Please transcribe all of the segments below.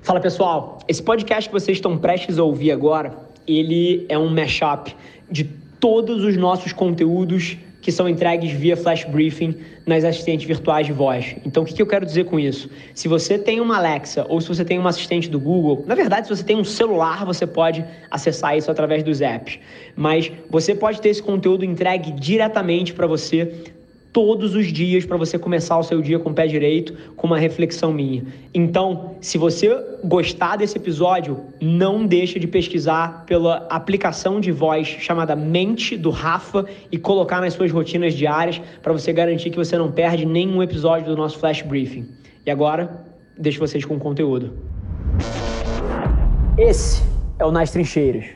Fala pessoal, esse podcast que vocês estão prestes a ouvir agora, ele é um mashup de todos os nossos conteúdos que são entregues via Flash Briefing nas assistentes virtuais de voz. Então o que eu quero dizer com isso? Se você tem uma Alexa ou se você tem uma assistente do Google, na verdade se você tem um celular você pode acessar isso através dos apps, mas você pode ter esse conteúdo entregue diretamente para você todos os dias para você começar o seu dia com o pé direito, com uma reflexão minha. Então, se você gostar desse episódio, não deixa de pesquisar pela aplicação de voz chamada Mente, do Rafa, e colocar nas suas rotinas diárias para você garantir que você não perde nenhum episódio do nosso Flash Briefing. E agora, deixo vocês com o conteúdo. Esse é o Nas Trincheiras.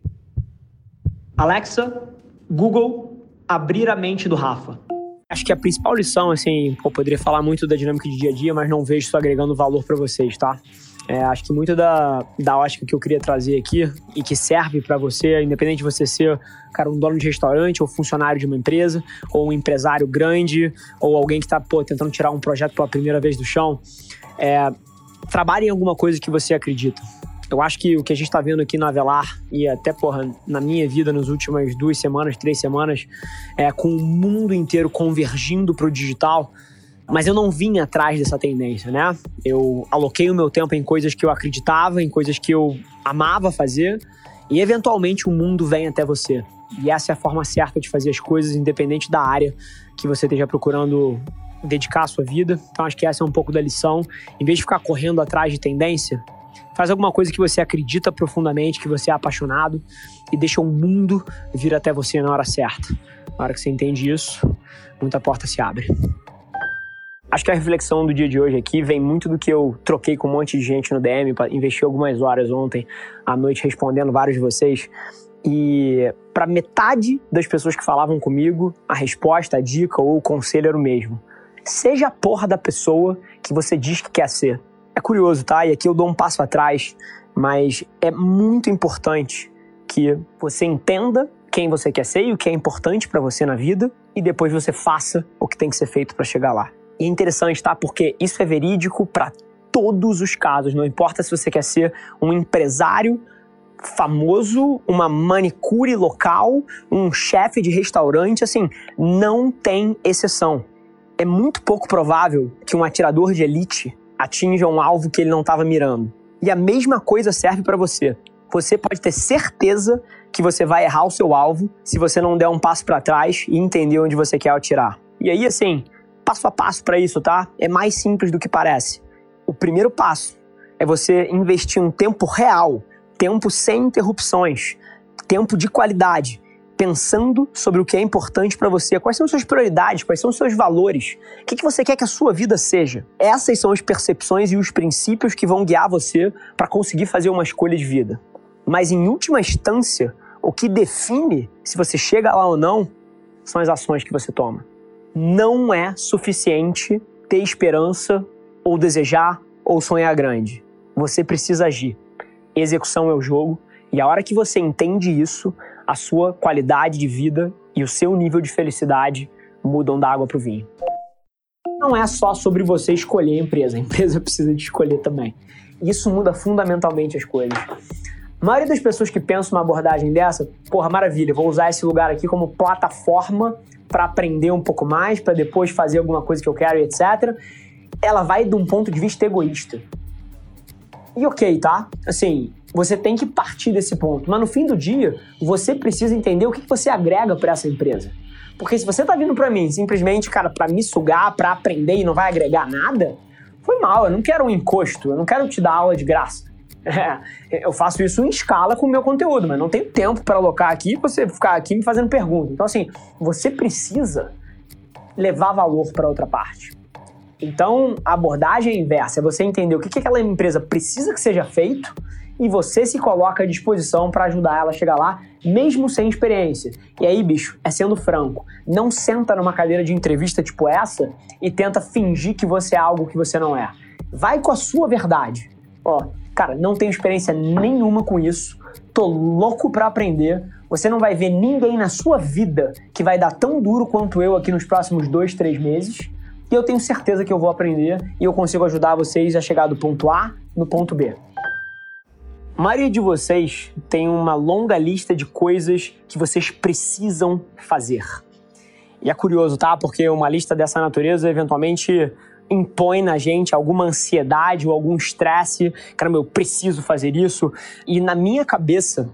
Alexa, Google, abrir a mente do Rafa. Acho que a principal lição, assim, eu poderia falar muito da dinâmica de dia a dia, mas não vejo isso agregando valor para vocês, tá? Acho que muito da ótica que eu queria trazer aqui e que serve para você, independente de você ser, cara, um dono de restaurante ou funcionário de uma empresa, ou um empresário grande, ou alguém que tá, tentando tirar um projeto pela primeira vez do chão, trabalhe em alguma coisa que você acredita. Eu acho que o que a gente tá vendo aqui na Avelar e até, na minha vida nas últimas 2 semanas, 3 semanas, com o mundo inteiro convergindo pro digital, mas eu não vim atrás dessa tendência, né? Eu aloquei o meu tempo em coisas que eu acreditava, em coisas que eu amava fazer e, eventualmente, o mundo vem até você. E essa é a forma certa de fazer as coisas, independente da área que você esteja procurando dedicar a sua vida. Então, acho que essa é um pouco da lição. Em vez de ficar correndo atrás de tendência, faz alguma coisa que você acredita profundamente, que você é apaixonado e deixa o mundo vir até você na hora certa. Na hora que você entende isso, muita porta se abre. Acho que a reflexão do dia de hoje aqui vem muito do que eu troquei com um monte de gente no DM, investi algumas horas ontem à noite respondendo vários de vocês. E para metade das pessoas que falavam comigo, a resposta, a dica ou o conselho era o mesmo. Seja a porra da pessoa que você diz que quer ser. É curioso, tá? E aqui eu dou um passo atrás, mas é muito importante que você entenda quem você quer ser e o que é importante pra você na vida e depois você faça o que tem que ser feito pra chegar lá. E é interessante, tá? Porque isso é verídico pra todos os casos. Não importa se você quer ser um empresário famoso, uma manicure local, um chefe de restaurante, assim, não tem exceção. É muito pouco provável que um atirador de elite atinja um alvo que ele não estava mirando. E a mesma coisa serve para você. Você pode ter certeza que você vai errar o seu alvo se você não der um passo para trás e entender onde você quer atirar. E aí, assim, passo a passo para isso, tá? É mais simples do que parece. O primeiro passo é você investir um tempo real, tempo sem interrupções, tempo de qualidade, pensando sobre o que é importante para você, quais são suas prioridades, quais são os seus valores, o que você quer que a sua vida seja. Essas são as percepções e os princípios que vão guiar você para conseguir fazer uma escolha de vida. Mas, em última instância, o que define se você chega lá ou não são as ações que você toma. Não é suficiente ter esperança ou desejar ou sonhar grande. Você precisa agir. Execução é o jogo e a hora que você entende isso, a sua qualidade de vida e o seu nível de felicidade mudam da água para o vinho. Não é só sobre você escolher a empresa precisa de escolher também. Isso muda fundamentalmente as coisas. A maioria das pessoas que pensam uma abordagem dessa, maravilha, vou usar esse lugar aqui como plataforma para aprender um pouco mais, para depois fazer alguma coisa que eu quero, etc. Ela vai de um ponto de vista egoísta. E ok, tá? Assim, você tem que partir desse ponto. Mas no fim do dia, você precisa entender o que você agrega para essa empresa. Porque se você tá vindo para mim simplesmente, cara, para me sugar, para aprender e não vai agregar nada, foi mal, eu não quero um encosto, eu não quero te dar aula de graça. Eu faço isso em escala com o meu conteúdo, mas não tenho tempo para alocar aqui e você ficar aqui me fazendo pergunta. Então, assim, você precisa levar valor para outra parte. Então, a abordagem é inversa, é você entender o que aquela empresa precisa que seja feito e você se coloca à disposição para ajudar ela a chegar lá, mesmo sem experiência. E aí, bicho, é sendo franco, não senta numa cadeira de entrevista tipo essa e tenta fingir que você é algo que você não é. Vai com a sua verdade. Cara, não tenho experiência nenhuma com isso, tô louco pra aprender, você não vai ver ninguém na sua vida que vai dar tão duro quanto eu aqui nos próximos 2, 3 meses, e eu tenho certeza que eu vou aprender e eu consigo ajudar vocês a chegar do ponto A no ponto B. A maioria de vocês tem uma longa lista de coisas que vocês precisam fazer. E é curioso, tá? Porque uma lista dessa natureza eventualmente impõe na gente alguma ansiedade ou algum estresse. Caramba, eu preciso fazer isso. E na minha cabeça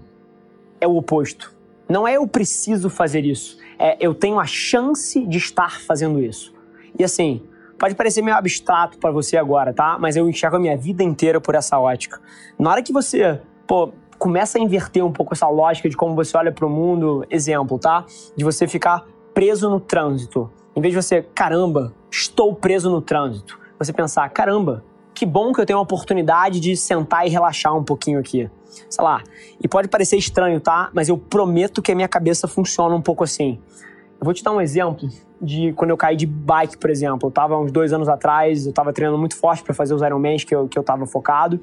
é o oposto. Não é eu preciso fazer isso. É eu tenho a chance de estar fazendo isso. E assim, pode parecer meio abstrato para você agora, tá? Mas eu enxergo a minha vida inteira por essa ótica. Na hora que você, começa a inverter um pouco essa lógica de como você olha para o mundo, exemplo, tá? De você ficar preso no trânsito. Em vez de você, caramba, estou preso no trânsito. Você pensar, caramba, que bom que eu tenho a oportunidade de sentar e relaxar um pouquinho aqui. Sei lá, e pode parecer estranho, tá? Mas eu prometo que a minha cabeça funciona um pouco assim. Eu vou te dar um exemplo de quando eu caí de bike, por exemplo. Eu tava uns 2 anos atrás, eu tava treinando muito forte para fazer os Ironmans que eu tava focado.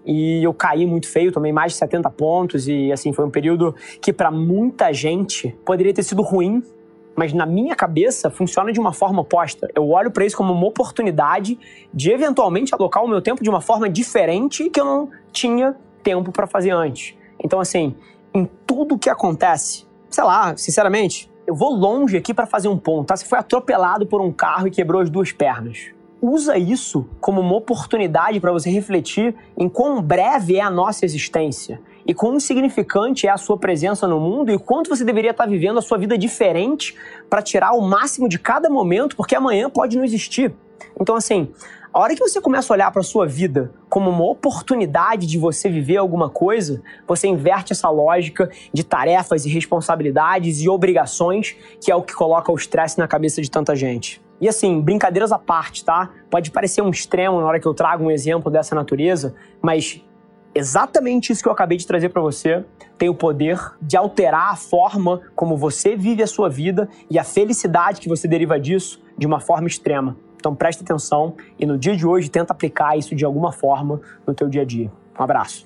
E eu caí muito feio, tomei mais de 70 pontos. E assim, foi um período que para muita gente poderia ter sido ruim. Mas na minha cabeça funciona de uma forma oposta. Eu olho para isso como uma oportunidade de eventualmente alocar o meu tempo de uma forma diferente que eu não tinha tempo para fazer antes. Então assim, em tudo que acontece, sei lá, sinceramente, eu vou longe aqui para fazer um ponto, tá? Você foi atropelado por um carro e quebrou as 2 pernas. Usa isso como uma oportunidade para você refletir em quão breve é a nossa existência e quão insignificante é a sua presença no mundo e quanto você deveria estar vivendo a sua vida diferente para tirar o máximo de cada momento, porque amanhã pode não existir. Então, assim, a hora que você começa a olhar para a sua vida como uma oportunidade de você viver alguma coisa, você inverte essa lógica de tarefas e responsabilidades e obrigações, que é o que coloca o estresse na cabeça de tanta gente. E assim, brincadeiras à parte, tá? Pode parecer um extremo na hora que eu trago um exemplo dessa natureza, mas exatamente isso que eu acabei de trazer para você tem o poder de alterar a forma como você vive a sua vida e a felicidade que você deriva disso de uma forma extrema. Então presta atenção e no dia de hoje tenta aplicar isso de alguma forma no teu dia a dia. Um abraço.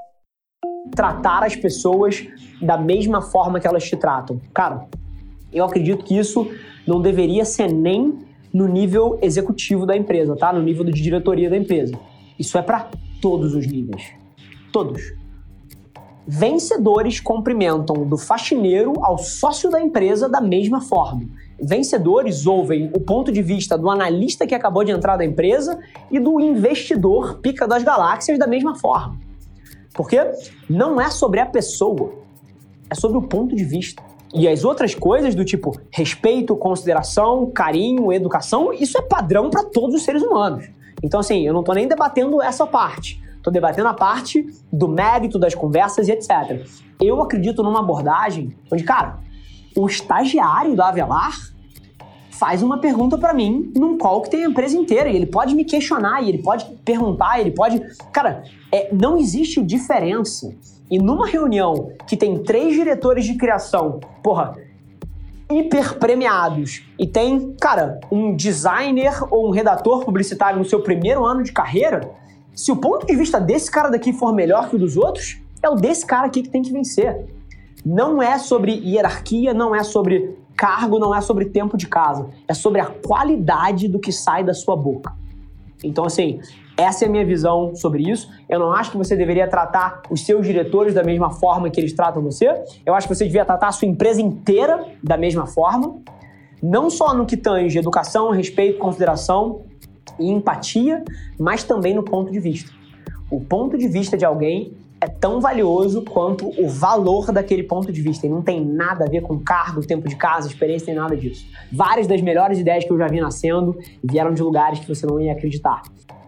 Tratar as pessoas da mesma forma que elas te tratam. Cara, eu acredito que isso não deveria ser nem no nível executivo da empresa, tá? No nível de diretoria da empresa. Isso é para todos os níveis. Todos. Vencedores cumprimentam do faxineiro ao sócio da empresa da mesma forma. Vencedores ouvem o ponto de vista do analista que acabou de entrar da empresa e do investidor pica das galáxias da mesma forma. Porque não é sobre a pessoa, é sobre o ponto de vista. E as outras coisas do tipo respeito, consideração, carinho, educação, isso é padrão para todos os seres humanos. Então assim, eu não tô nem debatendo essa parte. Tô debatendo a parte do mérito das conversas e etc. Eu acredito numa abordagem onde, cara, o estagiário da Avelar faz uma pergunta para mim num call que tem a empresa inteira e ele pode me questionar, e ele pode perguntar, ele pode... Cara, não existe diferença. E numa reunião que tem 3 diretores de criação, hiper premiados, e tem, cara, um designer ou um redator publicitário no seu primeiro ano de carreira, se o ponto de vista desse cara daqui for melhor que o dos outros, é o desse cara aqui que tem que vencer. Não é sobre hierarquia, não é sobre cargo, não é sobre tempo de casa. É sobre a qualidade do que sai da sua boca. Então, assim, essa é a minha visão sobre isso. Eu não acho que você deveria tratar os seus diretores da mesma forma que eles tratam você. Eu acho que você devia tratar a sua empresa inteira da mesma forma. Não só no que tange educação, respeito, consideração e empatia, mas também no ponto de vista. O ponto de vista de alguém é tão valioso quanto o valor daquele ponto de vista. E não tem nada a ver com cargo, tempo de casa, experiência, nem nada disso. Várias das melhores ideias que eu já vi nascendo vieram de lugares que você não ia acreditar.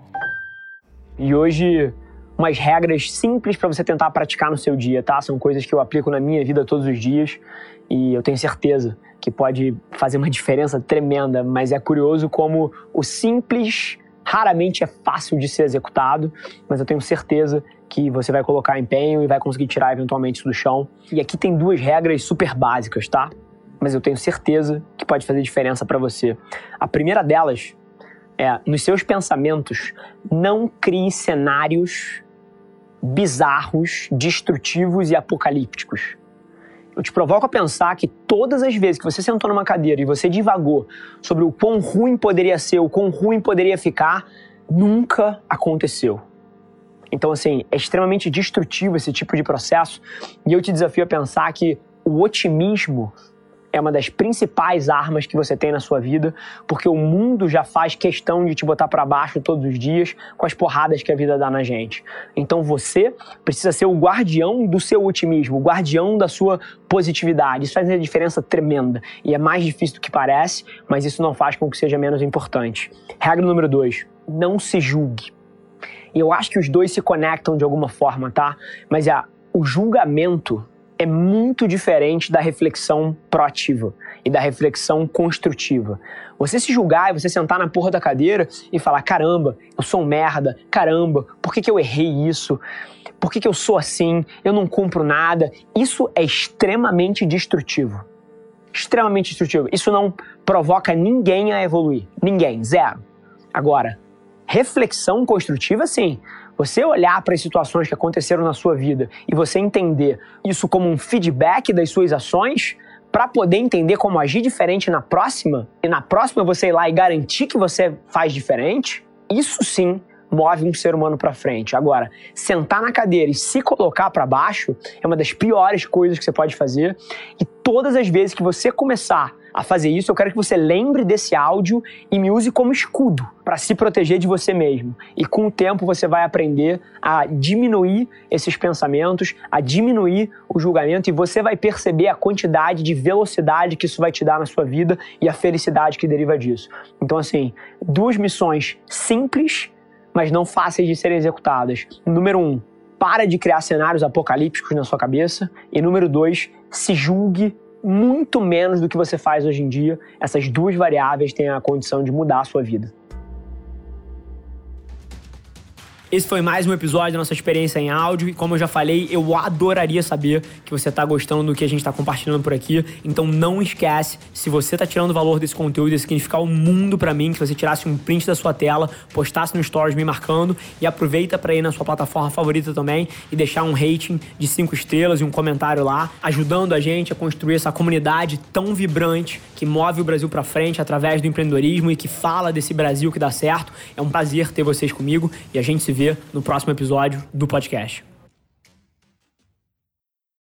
E hoje, umas regras simples para você tentar praticar no seu dia, tá? São coisas que eu aplico na minha vida todos os dias e eu tenho certeza que pode fazer uma diferença tremenda, mas é curioso como o simples raramente é fácil de ser executado, mas eu tenho certeza que você vai colocar empenho e vai conseguir tirar eventualmente isso do chão. E aqui tem 2 regras super básicas, tá? Mas eu tenho certeza que pode fazer diferença para você. A primeira delas é, nos seus pensamentos, não crie cenários bizarros, destrutivos e apocalípticos. Eu te provoco a pensar que todas as vezes que você sentou numa cadeira e você divagou sobre o quão ruim poderia ser, o quão ruim poderia ficar, nunca aconteceu. Então, assim, é extremamente destrutivo esse tipo de processo e eu te desafio a pensar que o otimismo é uma das principais armas que você tem na sua vida, porque o mundo já faz questão de te botar para baixo todos os dias com as porradas que a vida dá na gente. Então você precisa ser o guardião do seu otimismo, o guardião da sua positividade. Isso faz uma diferença tremenda e é mais difícil do que parece, mas isso não faz com que seja menos importante. Regra número 2, não se julgue. E eu acho que os dois se conectam de alguma forma, tá? Mas o julgamento é muito diferente da reflexão proativa e da reflexão construtiva. Você se julgar e você sentar na porra da cadeira e falar, caramba, eu sou um merda, caramba, por que eu errei isso? Por que eu sou assim? Eu não cumpro nada. Isso é extremamente destrutivo. Extremamente destrutivo. Isso não provoca ninguém a evoluir. Ninguém, zero. Agora, reflexão construtiva, sim. Você olhar para as situações que aconteceram na sua vida e você entender isso como um feedback das suas ações para poder entender como agir diferente na próxima, e na próxima você ir lá e garantir que você faz diferente, isso sim move um ser humano para frente. Agora, sentar na cadeira e se colocar para baixo é uma das piores coisas que você pode fazer, e todas as vezes que você começar a fazer isso, eu quero que você lembre desse áudio e me use como escudo para se proteger de você mesmo. E com o tempo você vai aprender a diminuir esses pensamentos, a diminuir o julgamento, e você vai perceber a quantidade de velocidade que isso vai te dar na sua vida e a felicidade que deriva disso. Então, assim, 2 missões simples, mas não fáceis de serem executadas. Número 1, para de criar cenários apocalípticos na sua cabeça. E número 2, se julgue muito menos do que você faz hoje em dia. Essas 2 variáveis têm a condição de mudar a sua vida. Esse foi mais um episódio da nossa experiência em áudio e, como eu já falei, eu adoraria saber que você está gostando do que a gente está compartilhando por aqui. Então não esquece, se você está tirando valor desse conteúdo, ia significar o mundo para mim, que você tirasse um print da sua tela, postasse no Stories me marcando, e aproveita para ir na sua plataforma favorita também e deixar um rating de 5 estrelas e um comentário lá, ajudando a gente a construir essa comunidade tão vibrante que move o Brasil para frente através do empreendedorismo e que fala desse Brasil que dá certo. É um prazer ter vocês comigo e a gente se vê no próximo episódio do podcast.